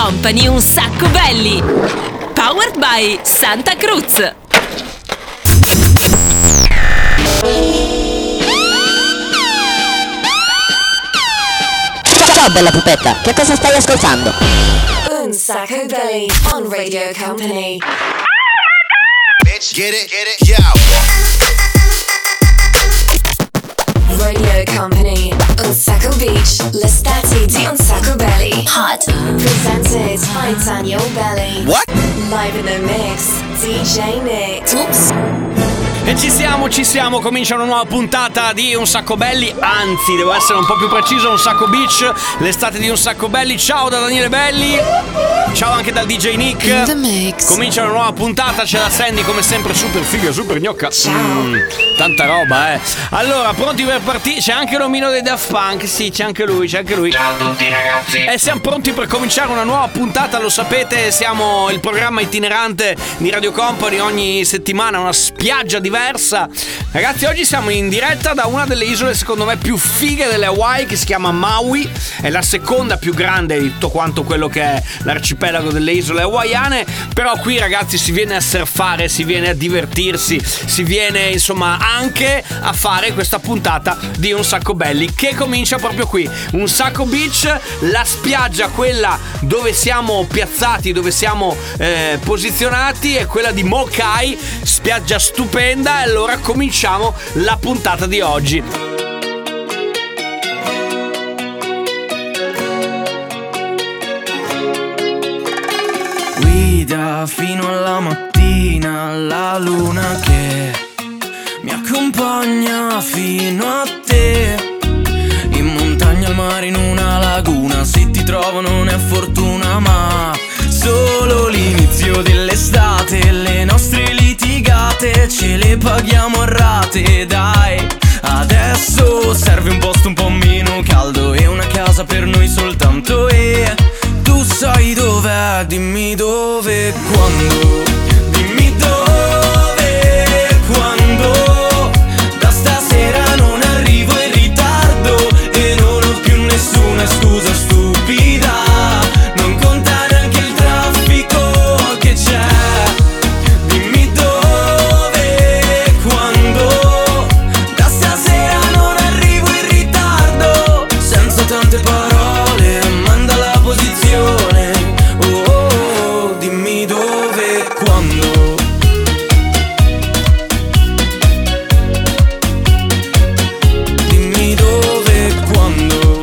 Company Un Sacco Belli. Powered by Santa Cruz. Ciao bella pupetta, che cosa stai ascoltando? Un Sacco Belly on Radio Company. Bitch, get it, yo. Radio Company, Un Sacco Beach, l'estate di Un Sacco Belly. Hot. Presented by Daniel Belly. What? Live in the mix, DJ Nick. Oops. E ci siamo, comincia una nuova puntata di Un Sacco Belli, anzi devo essere un po' più preciso, Un Sacco Beach, l'estate di Un Sacco Belli. Ciao da Daniele Belli, ciao anche dal DJ Nick. In the mix. Comincia una nuova puntata, c'è la Sandy come sempre super figa, super gnocca. Tanta roba, Allora, pronti per partire? C'è anche l'omino dei Daft Punk, sì, c'è anche lui. Ciao a tutti ragazzi. E siamo pronti per cominciare una nuova puntata, lo sapete, siamo il programma itinerante di Radio Company, ogni settimana una spiaggia diversa. Ragazzi, oggi siamo in diretta da una delle isole secondo me più fighe delle Hawaii, che si chiama Maui. È la seconda più grande di tutto quanto quello che è l'arcipelago delle isole hawaiane. Però qui ragazzi si viene a surfare, si viene a divertirsi, si viene insomma anche a fare questa puntata di Un Sacco Belli, che comincia proprio qui, Un Sacco Beach, la spiaggia, quella dove siamo piazzati, dove siamo posizionati, è quella di Mokai, spiaggia stupenda. E allora cominciamo la puntata di oggi. Guida fino alla mattina la luna che mi accompagna fino a te. In montagna, al mare, in una laguna, se ti trovo non è fortuna ma solo l'inizio dell'estate. Le nostre litigate ce le paghiamo a rate, dai. Adesso serve un posto un po' meno caldo e una casa per noi soltanto. E tu sai dov'è, dimmi dove, quando. Dimmi dove, quando. Da stasera non arrivo in ritardo e non ho più nessuna scusa stupida. Non conta neanche il traffico che c'è. Dimmi dove, quando. Da stasera non arrivo in ritardo. Senza tante parole, manda la posizione. Oh, oh, oh, dimmi dove, quando. Dimmi dove, quando.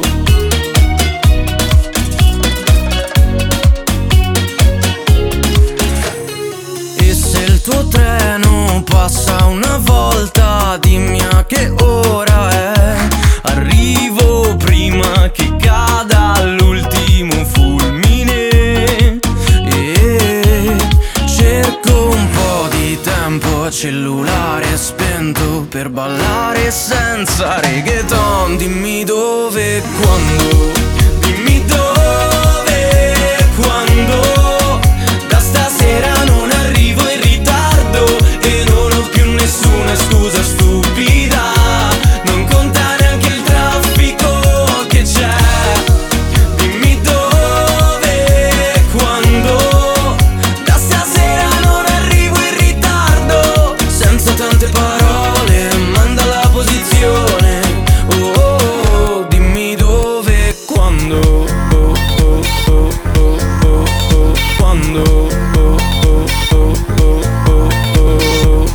E se il tuo treno passa una volta, dimmi a che ora è. Arrivo prima che cada l'ultimo fulmine. E cerco un po' di tempo a cellulare spento per ballare senza reggaeton. Dimmi dove, quando. Dimmi dove, quando. Da stasera non arrivo in ritardo e non ho più nessuna scusa stupida. Non conta neanche il traffico che c'è. Dimmi dove, quando. Da stasera non arrivo in ritardo. Senza tante parole, manda la posizione. Oh, oh, oh, dimmi dove, quando. Oh, oh, oh, oh, oh, oh, quando. Oh, oh, oh, oh, oh, oh.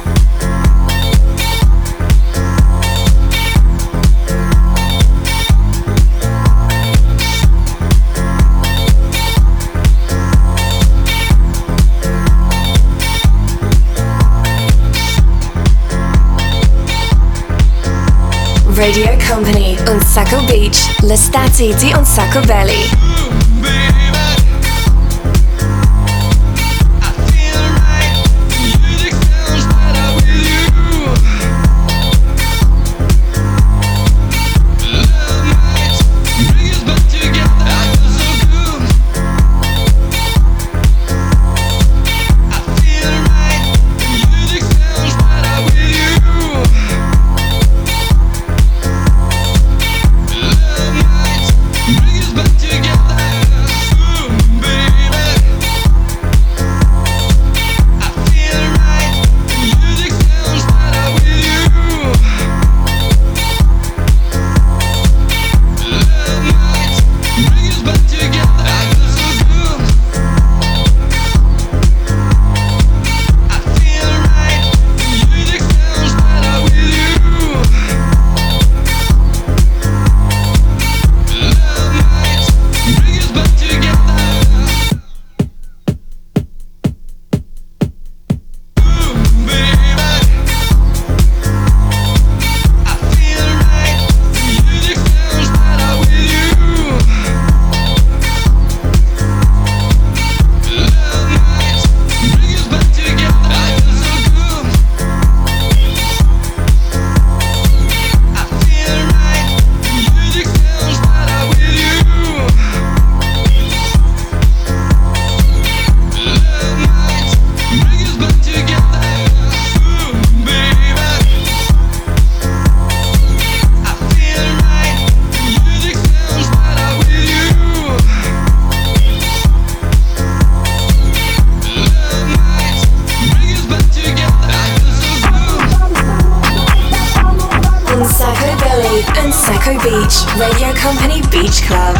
Radio Company, Un Sacco Beach, l'estate di Un Sacco Belly. Bring us back together. Company Beach Club.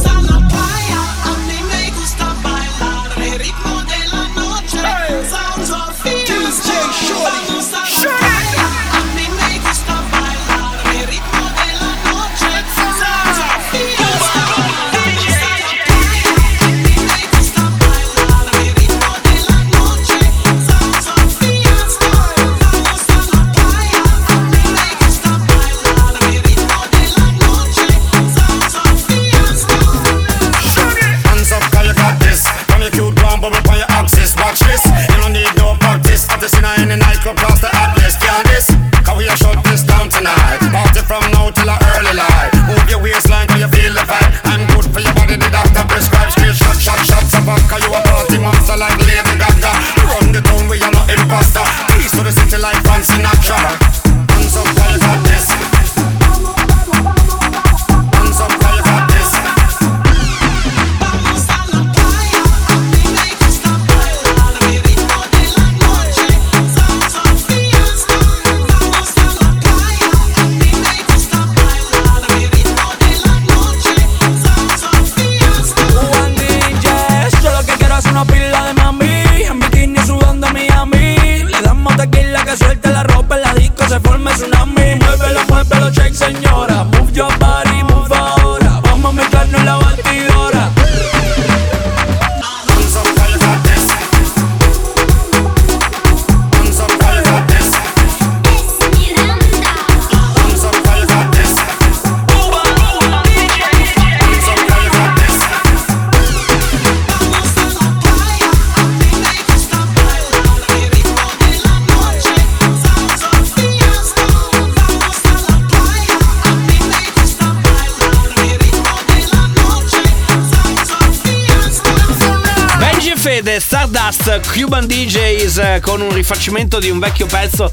Stardust, Cuban DJs, con un rifacimento di un vecchio pezzo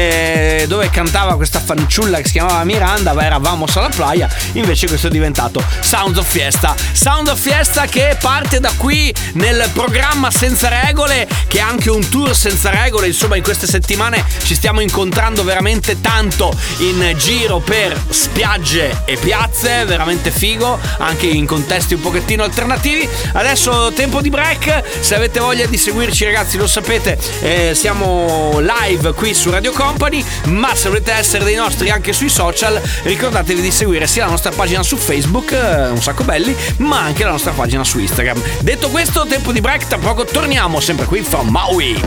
dove cantava questa fanciulla che si chiamava Miranda, era Vamos alla playa. Invece questo è diventato Sounds of Fiesta. Sound of Fiesta che parte da qui nel programma Senza Regole, che è anche un tour senza regole. Insomma, in queste settimane ci stiamo incontrando veramente tanto in giro per spiagge e piazze, veramente figo, anche in contesti un pochettino alternativi. Adesso tempo di break. Se avete voglia di seguirci, ragazzi, lo sapete, siamo live qui su Radio Company, ma se volete essere dei nostri anche sui social, ricordatevi di seguire sia la nostra pagina su Facebook, Un Sacco Belli, ma anche la nostra pagina su Instagram. Detto questo, tempo di break, tra poco torniamo sempre qui from Maui.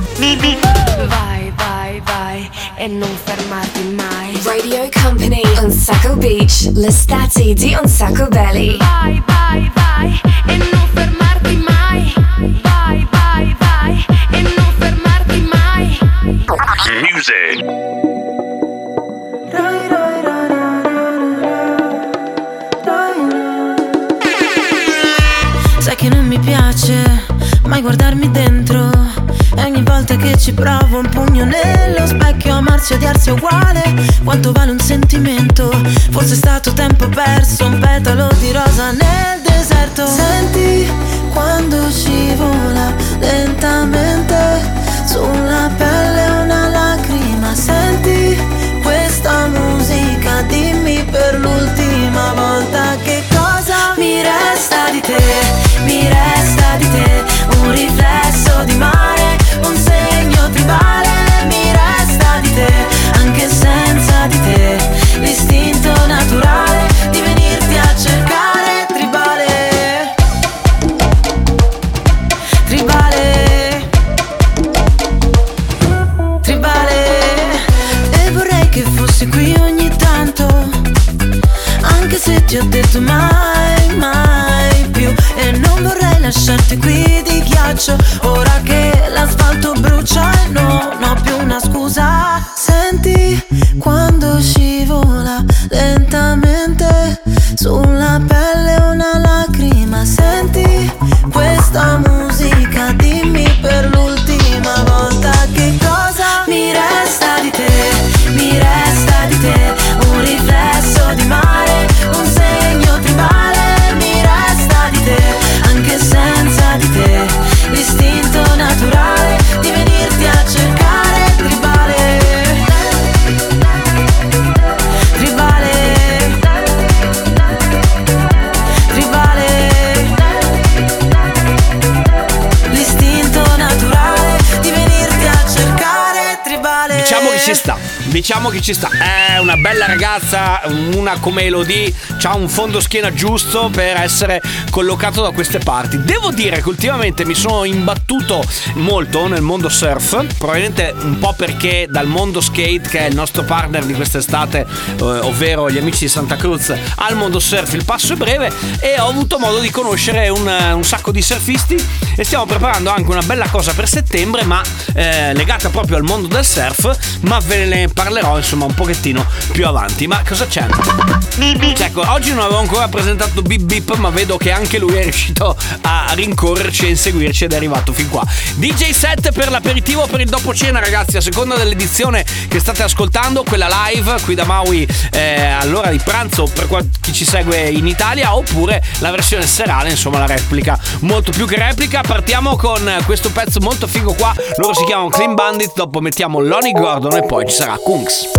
Vai, vai, vai e non fermarti mai. Radio Company, Un Sacco Beach, l'estate di Un Sacco Belly. Vai, vai, vai e non fermarti mai. Vai, vai, vai e non fermarti mai. Music. Sai che non mi piace mai guardarmi dentro, e ogni volta che ci provo un pugno nello specchio. Amarsi e odiarsi è uguale, quanto vale un sentimento? Forse è stato tempo perso, un petalo di rosa nel deserto. Senti quando scivola lentamente sulla pelle una lacrima. Senti questa musica, dimmi per l'ultima volta che cosa mi resta di te, mi resta di te. Un riflesso di mare, un segno tribale. Mi resta di te, anche senza di te. L'istinto naturale di venirti a cercare. Tribale, tribale, tribale. E vorrei che fossi qui ogni tanto, anche se ti ho detto mai, mai più. E non vorrei lasciarti qui di ghiaccio, ora che l'asfalto brucia e non ho più una scusa. Senti quando scivola lentamente sulla pelle una lacrima. Senti questa musica, dimmi per l'ultima volta che cosa mi resta di te, mi resta di te. Un riflesso di mare, un segno tribale. Mi resta di te, anche senza di te. L'istinto naturale di venirti a cercare. Tribale, ci sta, diciamo che ci sta. È una bella ragazza, una come Elodie, c'ha un fondo schiena giusto per essere collocato da queste parti. Devo dire che ultimamente mi sono imbattuto molto nel mondo surf, probabilmente un po' perché dal mondo skate, che è il nostro partner di quest'estate, ovvero gli amici di Santa Cruz, al mondo surf il passo è breve, e ho avuto modo di conoscere un sacco di surfisti, e stiamo preparando anche una bella cosa per settembre, ma legata proprio al mondo del surf, ma ve ne parlerò insomma un pochettino più avanti. Ma cosa c'è? Ecco, oggi non avevo ancora presentato Bip Bip, ma vedo che anche lui è riuscito a rincorrerci e inseguirci ed è arrivato fin qua. DJ set per l'aperitivo, per il dopo cena, ragazzi, a seconda dell'edizione che state ascoltando, quella live qui da Maui all'ora di pranzo per chi ci segue in Italia, oppure la versione serale, insomma la replica, molto più che replica. Partiamo con questo pezzo molto figo qua, loro si chiamano Clean Bandit, dopo mettiamo Lonnie Gordon e poi ci sarà Kunks.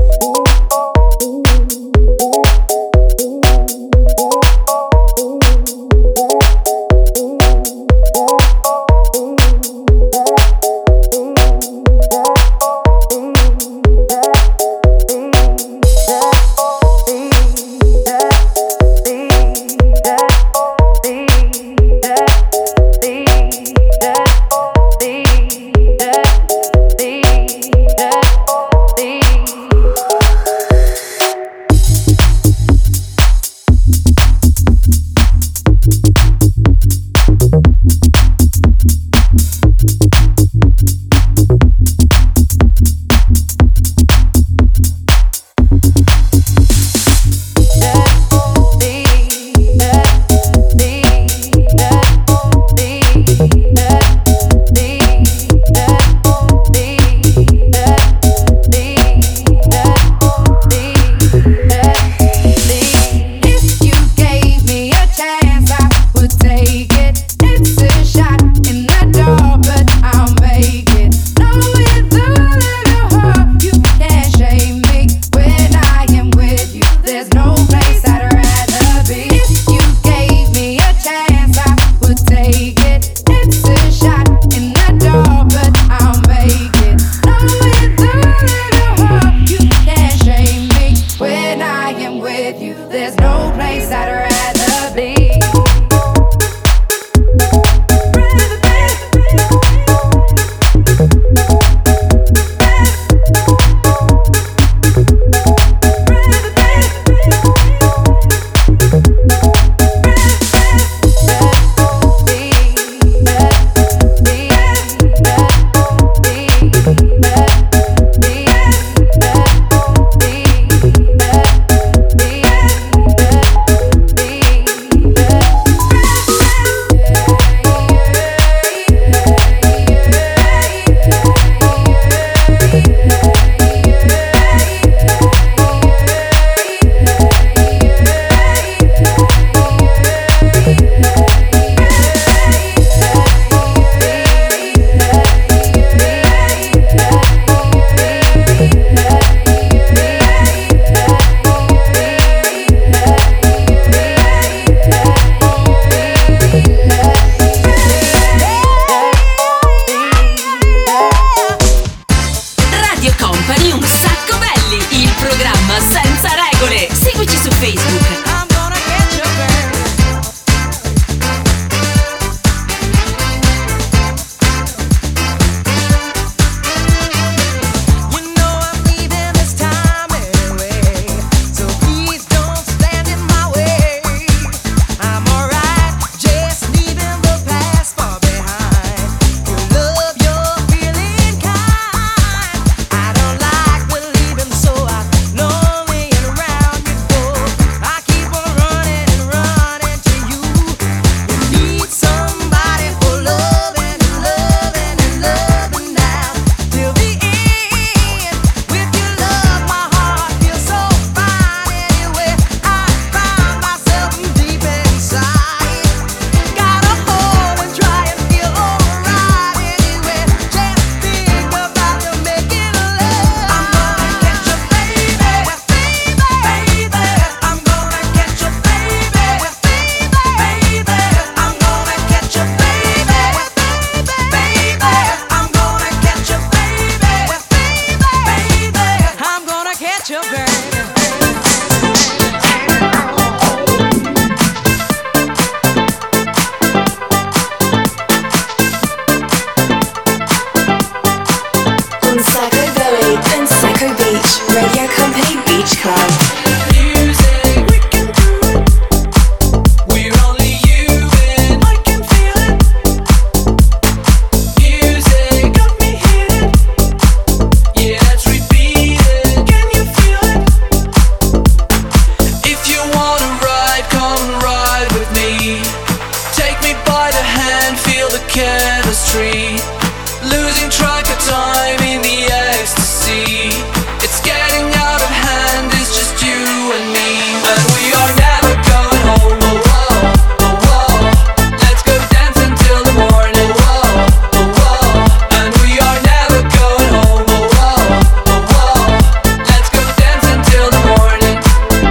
chemistry, losing track of time in the ecstasy. It's getting out of hand, it's just you and me, and we are never going home. Oh, whoa, oh, whoa. Let's go dance until the morning. Whoa, oh, whoa. And we are never going home. Oh, whoa, oh, whoa. Let's go dance until the morning.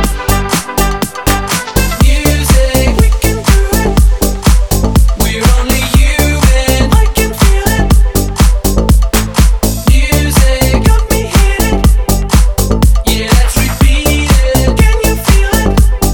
Music, we can do it. We're only human. I can feel it. Music got me hit. Yeah, let's repeat it. Can you feel it?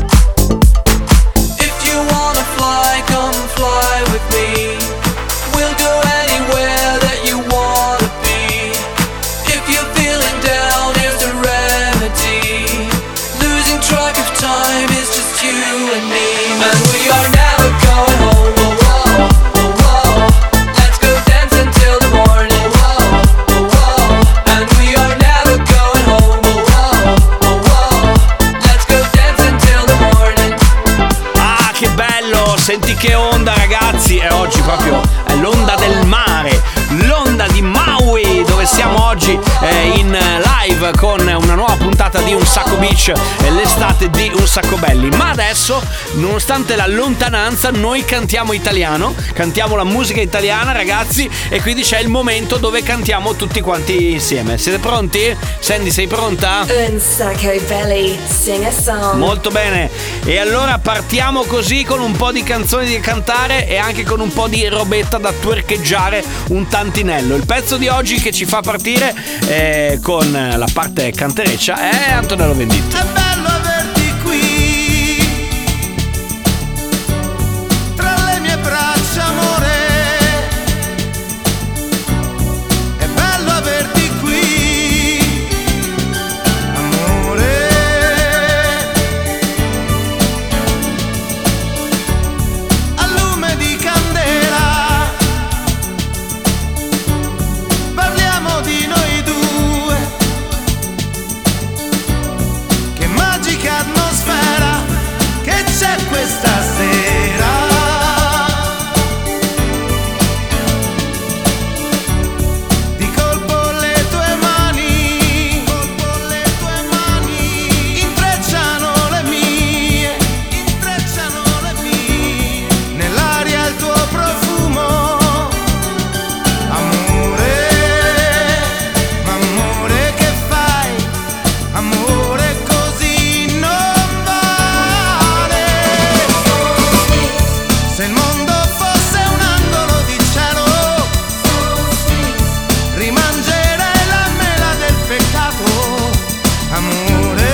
If you wanna fly, come fly with me. We'll go anywhere that you wanna be. If you're feeling down, here's the remedy. Losing track of time is just you and me, and we are never going home. Oh, whoa, oh, whoa. Let's go dance until the morning. Whoa, oh, whoa. And we are never going home. Oh, whoa, oh, whoa. Let's go dance until the morning. Ah, che bello! Senti che onda, ragazzi! E oggi proprio è l'onda del mare, l'onda di Maui, dove siamo oggi in live con una nuova puntata di Un Sacco Beach e l'estate di Un Sacco Belli. Ma adesso, nonostante la lontananza, noi cantiamo italiano, cantiamo la musica italiana, ragazzi, e quindi c'è il momento dove cantiamo tutti quanti insieme. Siete pronti? Sandy, sei pronta? Un Sacco Belly, sing a song. Molto bene, e allora partiamo così con un po' di canzoni da cantare e anche con un po' di robetta da twercheggiare un tantinello. Il pezzo di oggi che ci fa partire con la parte cantereccia è Antonello Venditti. È bello averti qui tra le mie braccia, amore. È bello averti qui, amore. A lume di candela parliamo di noi due. Che magica atmosfera che c'è questa sera. Di colpo le tue mani intrecciano le mie, nell'aria il tuo profumo, amore. Ma amore, che fai? Amore, così non vale. Se il mondo fosse un angolo di cielo, rimangerei la mela del peccato, amore.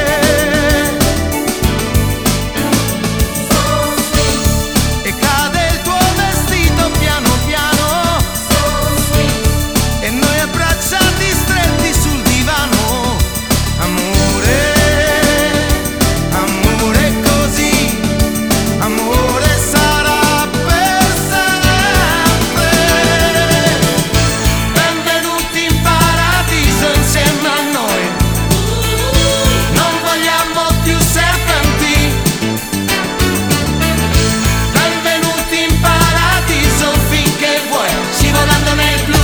E cade il tuo vestito piano piano, e noi abbracciati stretti sul divano, amore. Amore, così, amore, sarà per sempre. Benvenuti in paradiso insieme a noi. Non vogliamo più serpenti. Benvenuti in paradiso finché vuoi, scivolando nel blu.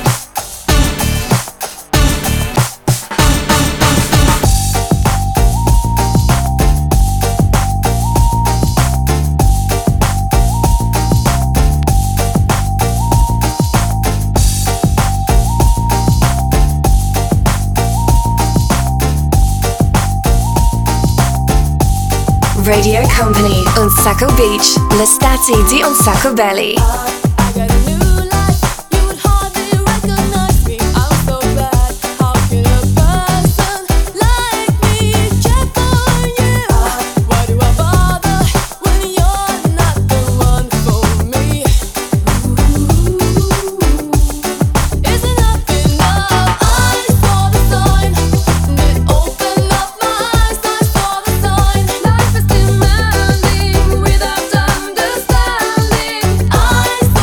Radio Company, Un Sacco Beach, l'estate di Un Sacco Belly. Life is demanding without understanding.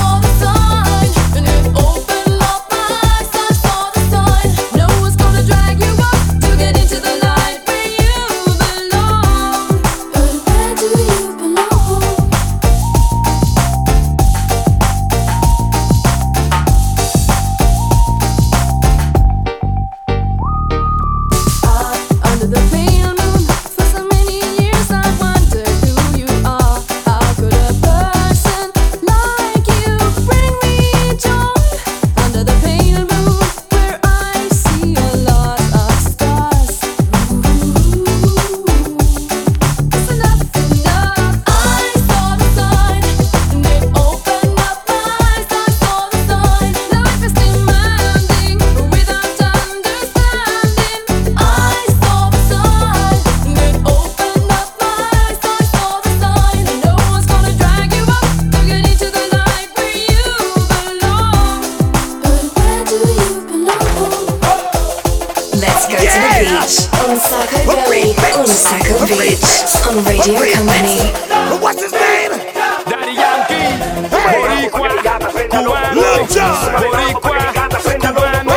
Sacco Beach on Radio Company. What's his name? Daddy Yankee, boricua, cubano, boricua, cubano,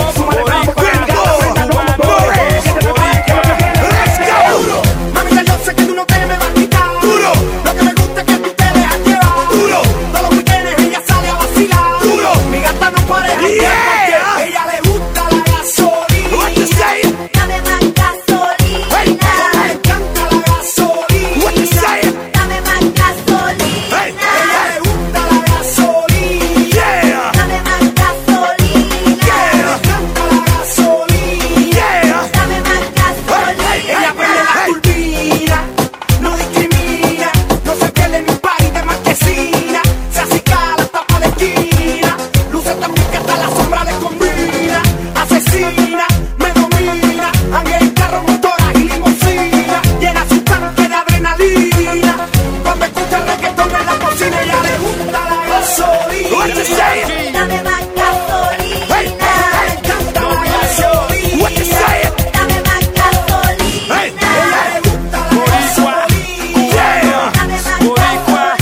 Let's go! Mami, yo sé que tú no te me vas a quitar. Duro. Lo que me gusta es que tú te dejas llevar. Duro. Todos los weekends ella sale a vacilar. Duro. Mi gata no para de janguear. Ella le gusta la gasolina. What you say? Dame más gasolina. Hey, le encanta la gasolina. What you say? Dame más gasolina. Hey, ella le gusta la gasolina. Yeah. Dame más gasolina. Yeah. Le encanta la gasolina. Yeah. Dame más gasolina. Ella prende la turbina, no discrimina, no se pierde ni un país de marquesina, se acicala la tapa de esquina, luce tan bien que hasta la sombra le combina, asesina, me domina, anda en carro, motora y limusina, llena su tanque de adrenalina, cuando escucha el reggaetón en la cocina, ella le gusta la gasolina. What you say? Dame más gasolina. Hey, le encanta la gasolina. What you say? Dame más gasolina. Hey, ella le gusta la gasolina. Yeah. Dame más gasolina.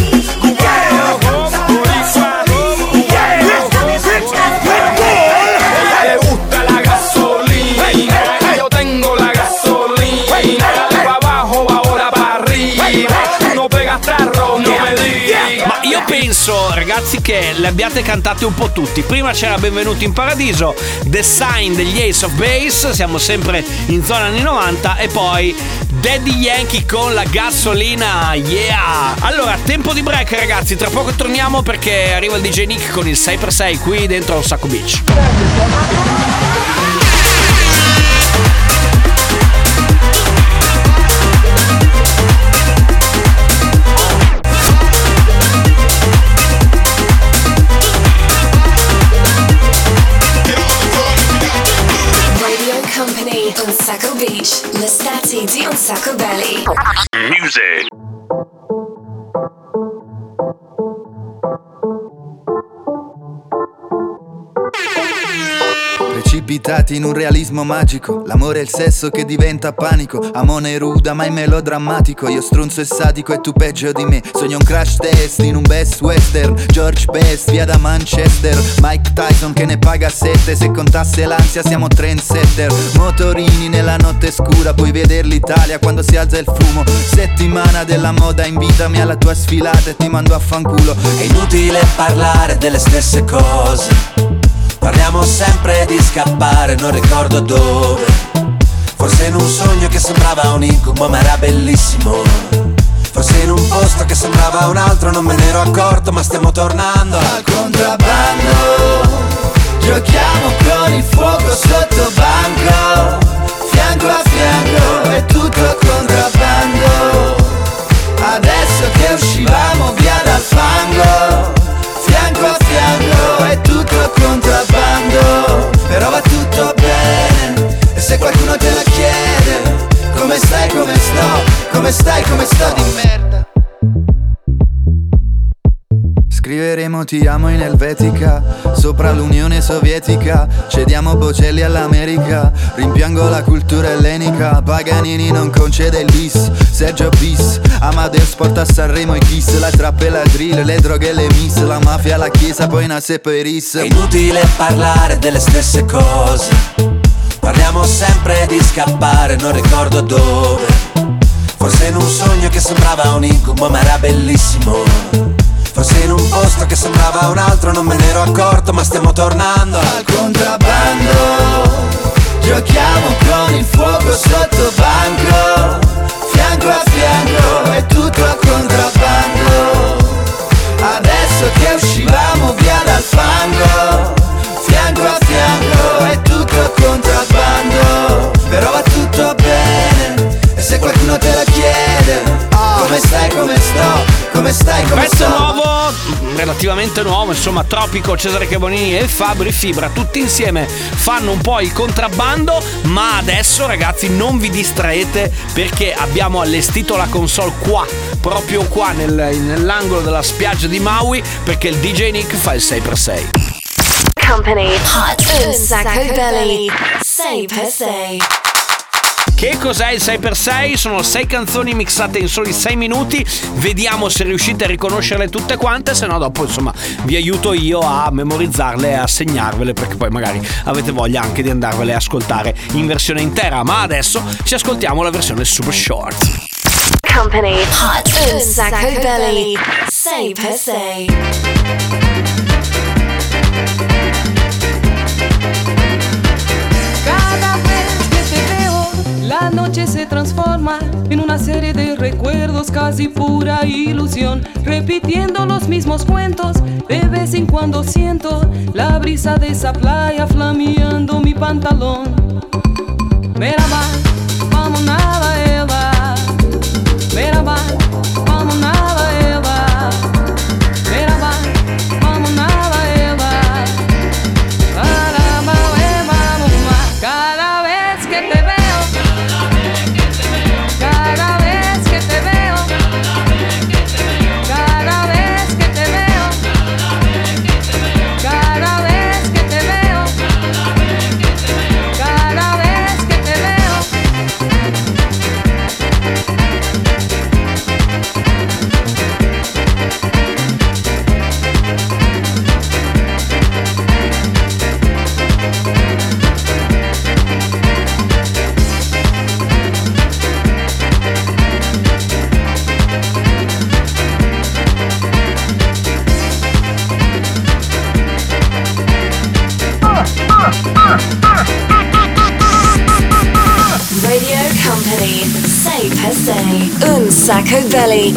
Ella le gusta la gasolina. Yo tengo la gasolina. Pa' abajo, ahora pa' arriba. No pegas tarro, no me digas. Ma io penso, ragazzi, che le abbiate cantate un po' tutti. Prima c'era Benvenuti in Paradiso, The Sign degli Ace of Base, siamo sempre in zona anni 90, e poi Daddy Yankee con la gasolina, yeah! Allora, tempo di break, ragazzi, tra poco torniamo perché arriva il DJ Nick con il 6x6 qui dentro Sacco Beach. Radio Company on Sacco Beach. L'estate di Un Sacco Belly. Music. Precipitati in un realismo magico, l'amore e il sesso che diventa panico. Amone ruda ma è melodrammatico, io stronzo e sadico e tu peggio di me. Sogno un crash test in un best western, George Best via da Manchester, Mike Tyson che ne paga 7, se contasse l'ansia siamo trendsetter. Motorini nella notte scura, puoi veder l'Italia quando si alza il fumo. Settimana della moda, invitami alla tua sfilata e ti mando a fanculo. È inutile parlare delle stesse cose, parliamo sempre di scappare, non ricordo dove. Forse in un sogno che sembrava un incubo ma era bellissimo. Forse in un posto che sembrava un altro, non me ne ero accorto ma stiamo tornando al contrabbando. Giochiamo con il fuoco sotto banco, fianco a fianco, è tutto a contrabbando. Adesso che uscivamo via dal fango, fianco a fianco, è tutto a contrabbando. Però va tutto bene, e se qualcuno te lo chiede, come stai, come sto, come stai, come sto di merda. Scriveremo ti amo in elvetica, sopra l'Unione Sovietica, cediamo Bocelli all'America, rimpiango la cultura ellenica, Paganini non concede il bis, Sergio bis, Amadeus porta a Sanremo i Kiss, la trap e la drill, le droghe e le miss, la mafia, la chiesa, poi Nasep e Ris. È inutile parlare delle stesse cose, parliamo sempre di scappare, non ricordo dove. Forse in un sogno che sembrava un incubo ma era bellissimo. Forse in un posto che sembrava un altro, non me ne ero accorto ma stiamo tornando al contrabbando. Giochiamo con il fuoco sotto banco, fianco a fianco, è tutto a contrabbando. Adesso che uscivamo via dal fango, fianco a fianco, è tutto a contrabbando. Però va tutto bene, e se qualcuno te lo chiede, come stai, come sto, come stai, come Pezzo sto. nuovo, relativamente nuovo, insomma, Tropico, Cesare Cremonini e Fabri Fibra, tutti insieme fanno un po' il contrabbando. Ma adesso, ragazzi, non vi distraete perché abbiamo allestito la console qua, proprio qua nell'angolo della spiaggia di Maui, perché il DJ Nick fa il 6x6. Company Hot Un Sacco Belly 6x6. Che cos'è il 6x6? Sono 6 canzoni mixate in soli 6 minuti. Vediamo se riuscite a riconoscerle tutte quante, se no dopo insomma vi aiuto io a memorizzarle e a segnarvele, perché poi magari avete voglia anche di andarvele a ascoltare in versione intera. Ma adesso ci ascoltiamo la versione super short. Company Hot Un Sacco Belly 6x6. Cada vez que te veo, la noche se transforma en una serie de recuerdos, casi pura ilusión, repitiendo los mismos cuentos. De vez en cuando siento la brisa de esa playa flameando mi pantalón. Merhaba, vamos nada Eva. Merhaba, vamos nada Eva. Merhaba, vamos nada Eva. Cada vez que te veo, cada vez que te veo, cada vez que te veo, cada vez que te veo, cada vez que te veo. Radio Company 6x6 Un Sacco Belly.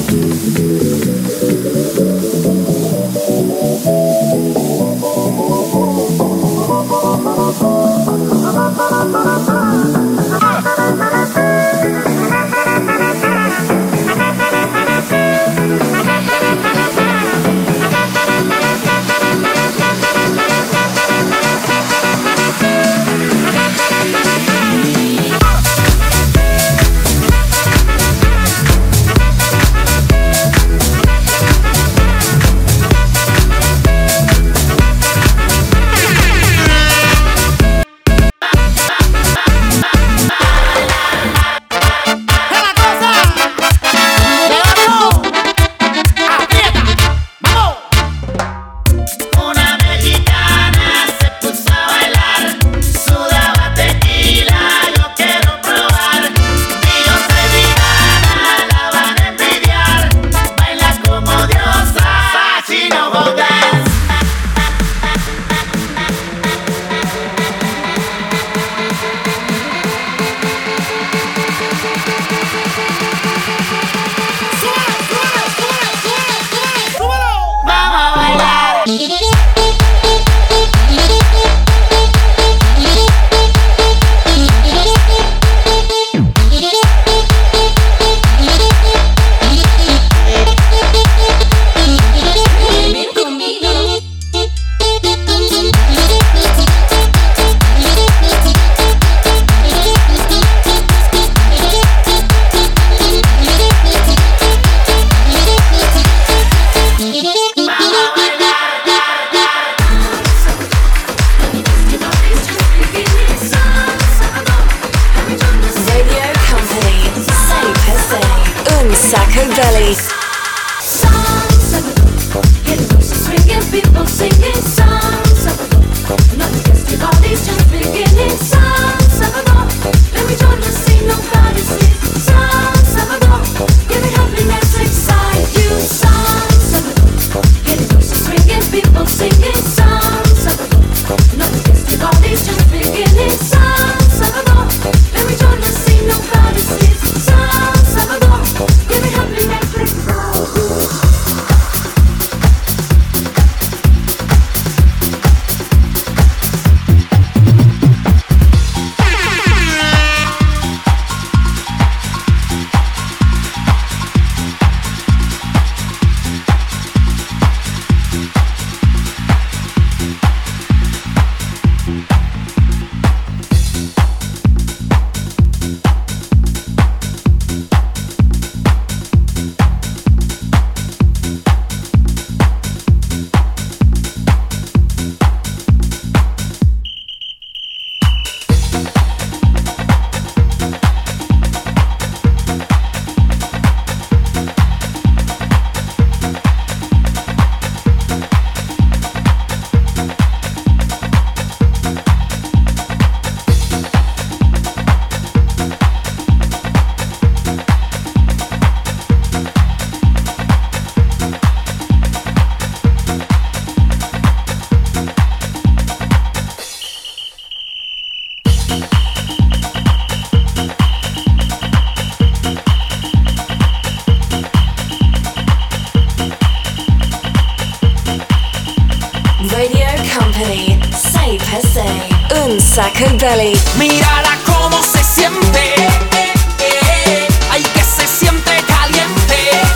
Company, 6%. Un Sacco Belly. Mírala cómo se siente. Ay, que se siente caliente.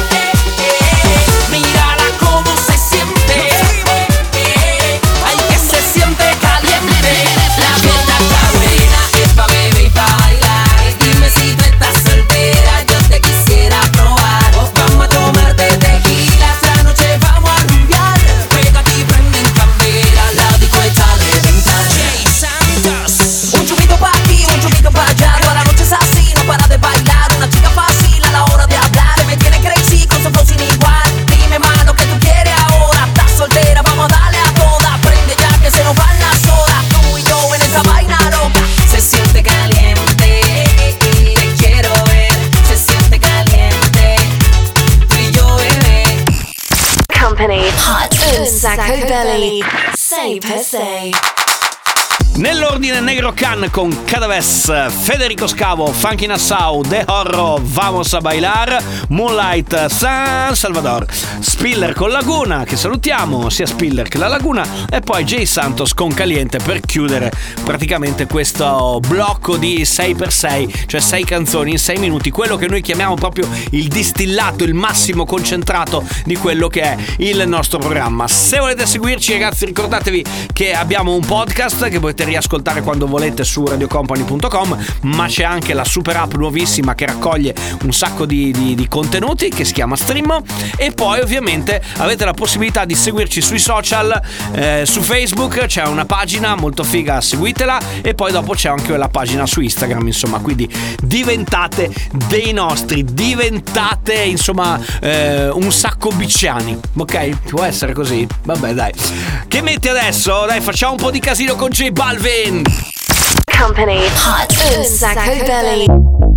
Mírala cómo se siente. Ay, que se siente caliente. La fiesta está buena, es pa' beber y pa' bailar. Dime si tú estás soltera, yo te quisiera probar. Vamos a tomarte tequila, esta noche vamos a rumbear. Pégate y prende en candela, la disco está de ventana. Jay Santos. Un chupito pa' aquí, un chupito pa' allá. Toda la noche es así, no para de bailar. Una chica fácil a la hora de hablar. Me tiene crazy con su flow sin igual. Dime más lo que tú quieres ahora. Estás soltera, vamos a darle a toda. Prende ya que se nos van las horas. Tú y yo en esa vaina loca. Se siente caliente, te quiero ver. Se siente caliente, tú y yo bebé. Company, hot. Un Sacco Belly, 6%. Nell'ordine Negro Khan con Cadaves, Federico Scavo, Funky Nassau, The Horror, Vamos a Bailar, Moonlight, San Salvador, Spiller con Laguna, che salutiamo, sia Spiller che la Laguna, e poi Jay Santos con Caliente per chiudere praticamente questo blocco di 6x6, cioè 6 canzoni in 6 minuti, quello che noi chiamiamo proprio il distillato, il massimo concentrato di quello che è il nostro programma. Se volete seguirci, ragazzi, ricordatevi che abbiamo un podcast che potete riascoltare quando volete su radiocompany.com, ma c'è anche la super app nuovissima che raccoglie un sacco di contenuti, che si chiama Stream, e poi ovviamente avete la possibilità di seguirci sui social, su Facebook c'è una pagina molto figa, seguitela, e poi dopo c'è anche la pagina su Instagram, insomma, quindi diventate dei nostri, diventate insomma un sacco bicciani, ok? Può essere così? Vabbè, dai. Che metti adesso? Dai, facciamo un po' di casino con J Balvin. Company, hot. Un Sacco Belly.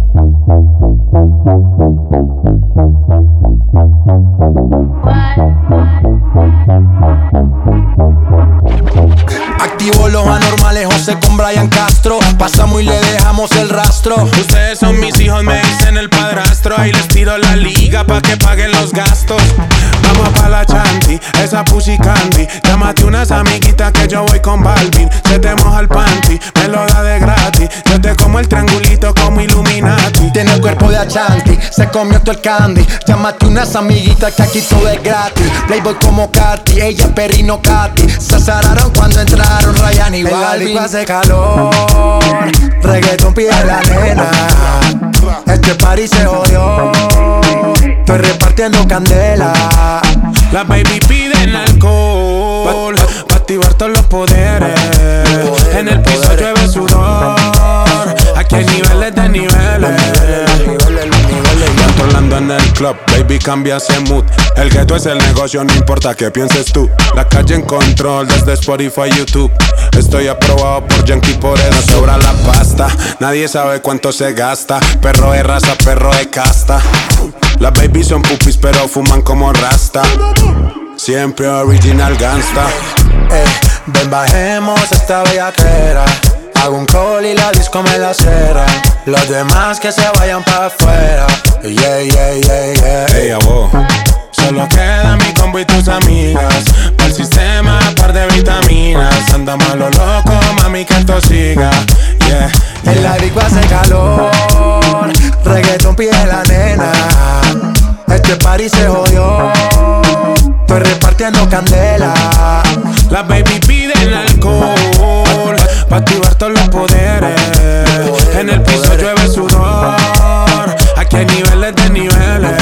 Activo los anormales, José con Brian Castro. Pasamos y le dejamos el rastro. Ustedes son mis hijos, me dicen el padrastro. Ahí les tiro la liga pa' que paguen los gastos. Vamos pa' la chanti, esa pussy candy. Llámate unas amiguitas que yo voy con Balvin. Se te moja el panty, me lo da de gratis. Yo te como el triangulito como Illuminati. Tiene el cuerpo de Ashanti, se comió todo el candy. Llámate unas amiguitas que aquí todo es gratis. Playboy como Katy, ella es Perrino Katy. Se azararon cuando entraron Ryan y Balvin. En hace calor, reggaeton pide la nena. Este party se jodió, estoy repartiendo candela. Las baby piden alcohol pa' activar todos los poderes. En el piso llueve sudor. Aquí hay niveles de niveles. Controlando en el club, baby, cambia ese mood. El gueto es el negocio, no importa qué pienses tú. La calle en control desde Spotify, YouTube. Estoy aprobado por Yankee, por eso sobra la pasta. Nadie sabe cuánto se gasta. Perro de raza, perro de casta. Las babies son pupis pero fuman como rasta. Siempre original gangsta. Ven bajemos esta bellaquera. Hago un call y la disco me la cera. Los demás que se vayan pa' afuera. Yeah, yeah, yeah, yeah. Hey, abo. Solo queda mi combo y tus amigas. Pa'l sistema, par de vitaminas. Andamos a lo loco, mami, que esto siga. Yeah, yeah. En la disco hace calor, reggaeton pide la nena. Este party se jodió, estoy repartiendo candela. Las baby piden alcohol pa' activar todos los poderes. En el piso llueve sudor. Aquí hay niveles de niveles.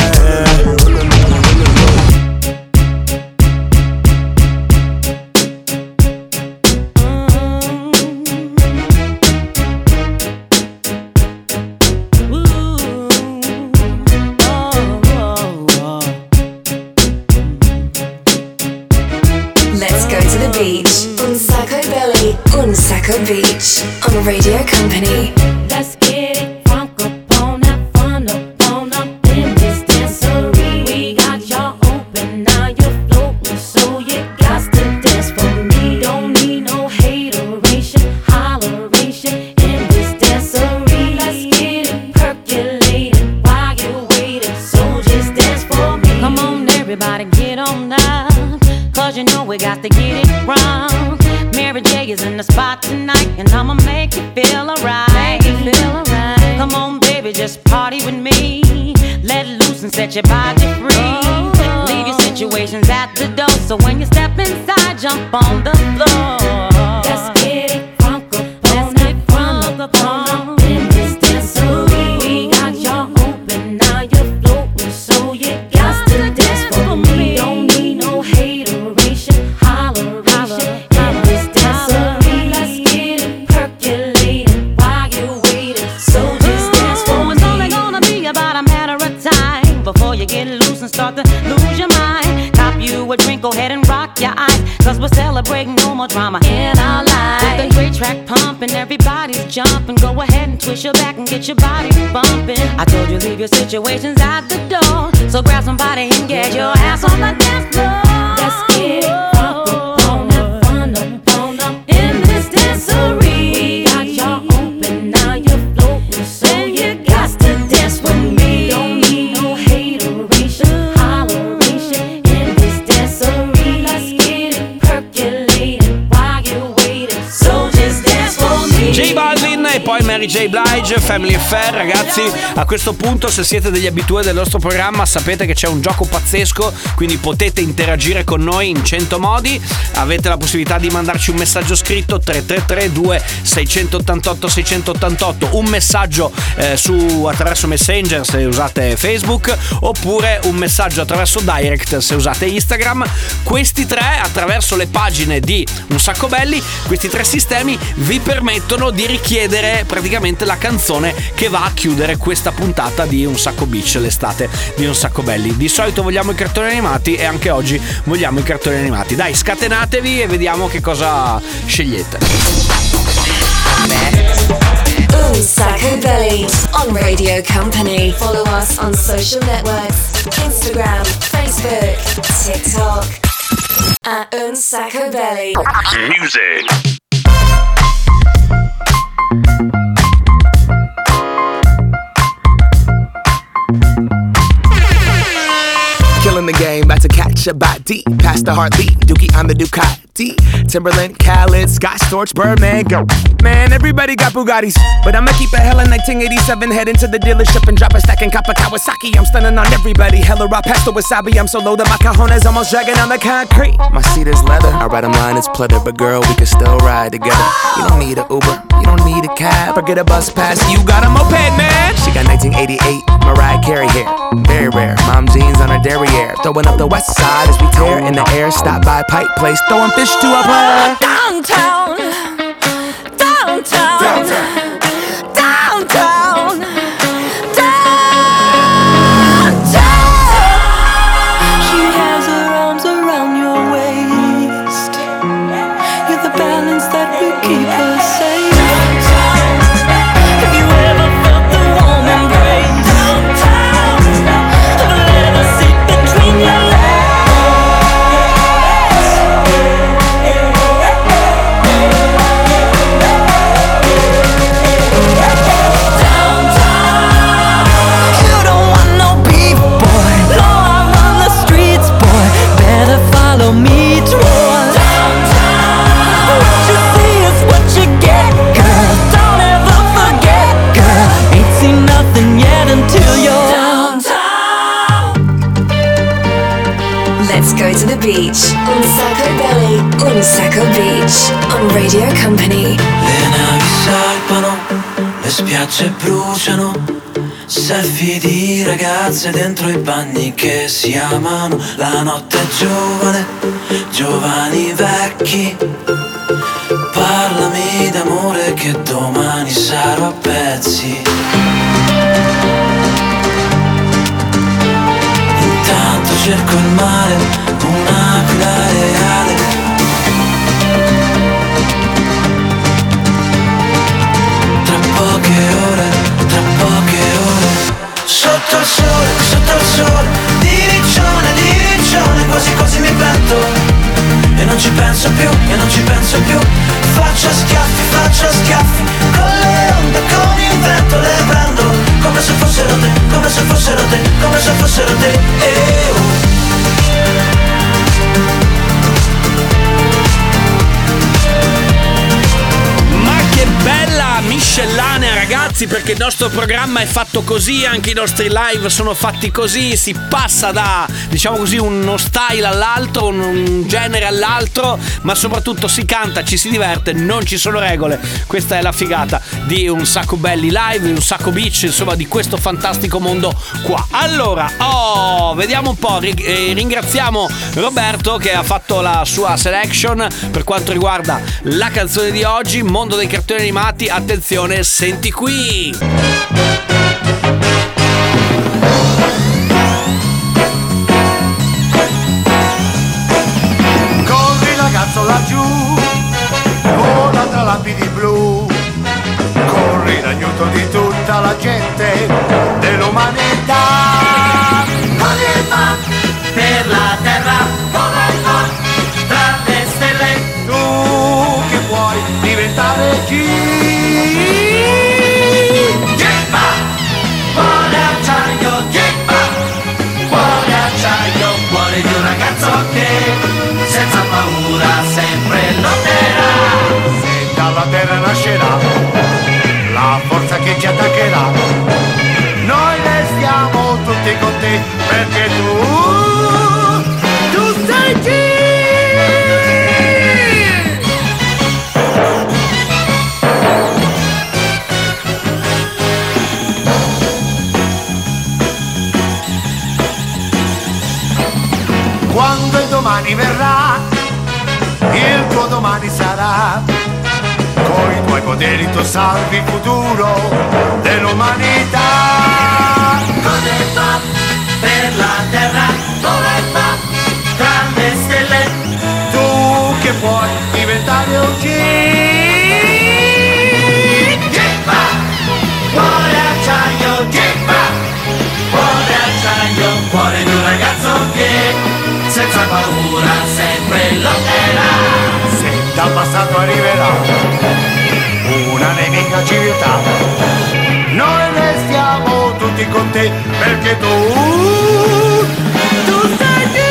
Let's go to the beach. Un Sacco Belly, Un Sacco Beach. On Radio Company. Let's get it crunk up on that fun up in this dancery. We got y'all open, now you're floating, so you got to dance for me. Don't need no hateration, holleration in this dancery. Let's get it percolating while you're waiting, so just dance for me. Come on, everybody, get on up, 'cause you know we got to get it wrong. Mary J is in the spot tonight, and I'ma make you feel alright. Come on, baby, just party with me. Let loose and set your body free. Leave your situations at the door, so when you step inside, jump on the floor. Let's get it crunk up in this dancery. We got y'all open, now you're floating, so you got to dance for me. Don't need no hateration, holleration in this dancery. Let's get it percolating while you're waiting, so just dance for me. It's only gonna be about a matter of time before you get loose and start to lose your mind. Cop you a drink, go ahead and rock your eyes, cause we're celebrating no more drama in our lives. With the great track pumping, everybody's jumping. Go ahead and twist your back and get your body bumping. I told you leave your situations at the door, so grab somebody and get your ass on the dance floor. Let's get it on up in this dancery. We got y'all open, now you're floating, so you got to dance with me. Don't need no hateration, holleration in this dancery. Let's get it percolating while you're waiting, so just dance for me. J Balvin e poi Mary J. Blige, Family Affair. Ragazzi, a questo punto, se siete degli abitué del nostro programma, sapete che c'è un gioco pazzesco, quindi potete interagire con noi in 100 modi. Avete la possibilità di mandarci un messaggio scritto 333 688 688, un messaggio attraverso Messenger se usate Facebook, oppure un messaggio attraverso Direct se usate Instagram. Questi tre, attraverso le pagine di Un Sacco Belli, questi tre sistemi vi permettono di richiedere praticamente la canzone che va a chiudere questa puntata di Un Sacco Beach, l'estate di Un Sacco Belli. Di solito vogliamo i cartoni animati e anche oggi vogliamo i cartoni animati. Dai, scatenatevi e vediamo che cosa scegliete. Un Sacco Belly on Radio Company. Follow us on social networks: Instagram, Facebook, TikTok at Un Sacco Belly. Music. Killing the game, about to catch a body. Past the heartbeat, Dookie on the Ducati. Timberland, Khaled, Scott Storch, Birdman, go. Man, everybody got Bugattis, but I'ma keep it hella 1987. Head into the dealership and drop a stack and cop a Kawasaki. I'm stunning on everybody, hella raw pasta wasabi. I'm so low that my cajones almost dragging on the concrete. My seat is leather, I ride 'em line, it's pleather. But girl, we can still ride together. You don't need a Uber, you don't need a cab. Forget a bus pass, you got a moped, man. She got 1988 Mariah Carey hair, very rare. Mom jeans on her derriere, throwing up the west side as we tear in the air. Stop by Pike Place, throwing fish to a player. Downtown, downtown, downtown, downtown, downtown. She has her arms around your waist. You're the balance that will keep her safe. Have you ever felt the warm embrace? Let her sit between your legs. Follow me toward downtown. What you see is what you get, girl. Don't ever forget, girl. Ain't seen nothing yet until you're downtown. Let's go to the beach. Un Sacco Belly, Un Sacco Beach on Radio Company. Le navi salpano, le spiagge bruciano. Selfie di ragazze dentro i bagni che si amano. La notte è giovane, giovani vecchi. Parlami d'amore che domani sarò a pezzi. Intanto cerco il mare, un'aquila reale. Tra poche ore, sotto il sole, di riccione, quasi quasi mi pento. E non ci penso più, faccio schiaffi, con le onde, con il vento le prendo, come se fossero te, come se fossero te. ragazzi, perché il nostro programma è fatto così, anche i nostri live sono fatti così, si passa da, diciamo così, uno style all'altro, un genere all'altro, ma soprattutto si canta, ci si diverte, non ci sono regole. Questa è la figata di Un Sacco Belli Live, Un Sacco Beach, insomma, di questo fantastico mondo qua. Allora, vediamo un po', ringraziamo Roberto che ha fatto la sua selection per quanto riguarda la canzone di oggi, mondo dei cartoni animati. Attenzione, senti qui. Corri ragazzo laggiù, vola tra lapidi blu, corri in aiuto di tutta la gente dell'umanità. Corri per la terra, vola tra le stelle, tu che puoi diventare chi? Jimba, cuore acciaio, Jimba, cuore acciaio, cuore di un ragazzo che senza paura sempre lotterà. Se dalla terra nascerà la forza che ci attaccherà, noi restiamo tutti con te perché tu sei chi? Quando il domani verrà, il tuo domani sarà, con i tuoi poteri tu salvi il futuro dell'umanità. Come fa per la terra, come fa tra le stelle, tu che puoi diventare un G. Jimba, cuore acciaio, Jimba, cuore acciaio, cuore di un ragazzo che senza paura sempre lotterà. Se dal passato arriverà una nemica civiltà, noi restiamo tutti con te perché tu sei chi?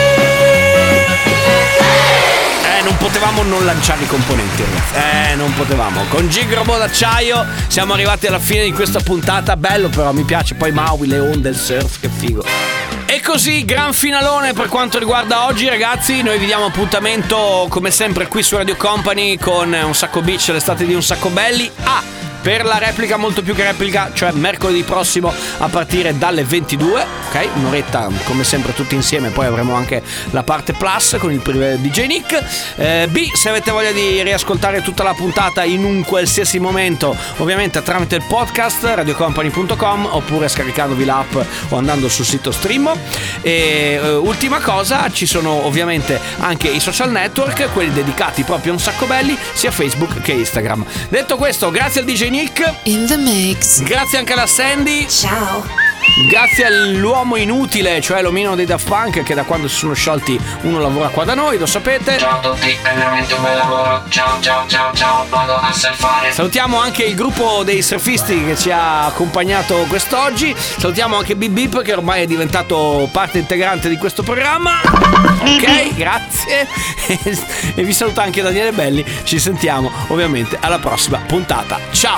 Non potevamo non lanciare i componenti, ragazzi. Non potevamo. Con Gig Robot d'acciaio siamo arrivati alla fine di questa puntata. Bello però, mi piace. Poi Maui, le onde, il surf, che figo. E così, gran finalone per quanto riguarda oggi, ragazzi. Noi vi diamo appuntamento come sempre qui su Radio Company con Un Sacco Beach, l'estate di Un Sacco Belli. Per la replica, molto più che replica, cioè mercoledì prossimo a partire dalle 22, ok? Un'oretta come sempre tutti insieme, poi avremo anche la parte plus con il DJ Nick. Se avete voglia di riascoltare tutta la puntata in un qualsiasi momento, ovviamente tramite il podcast radiocompany.com oppure scaricandovi l'app o andando sul sito Stream. E ultima cosa, ci sono ovviamente anche i social network, quelli dedicati proprio a Un Sacco Belli, sia Facebook che Instagram. Detto questo, grazie al DJ Nick in the mix. Grazie anche alla Sandy. Ciao. Grazie all'uomo inutile, cioè l'omino dei Daft Punk, che da quando si sono sciolti uno lavora qua da noi, lo sapete. Ciao a tutti, è veramente un bel lavoro. Ciao, vado a surfare. Salutiamo anche il gruppo dei surfisti che ci ha accompagnato quest'oggi. Salutiamo anche Bip Bip, che ormai è diventato parte integrante di questo programma. Ok, grazie. E vi saluta anche Daniele Belli. Ci sentiamo ovviamente alla prossima puntata. Ciao.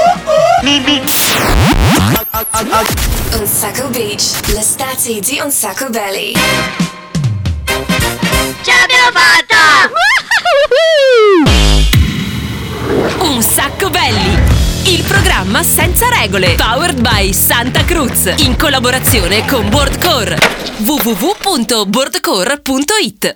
Un Sacco Beach, l'estate di Un Sacco Belli. Ce l'abbiamo fatta! Un Sacco Belli, il programma senza regole, powered by Santa Cruz, in collaborazione con Boardcore. www.boardcore.it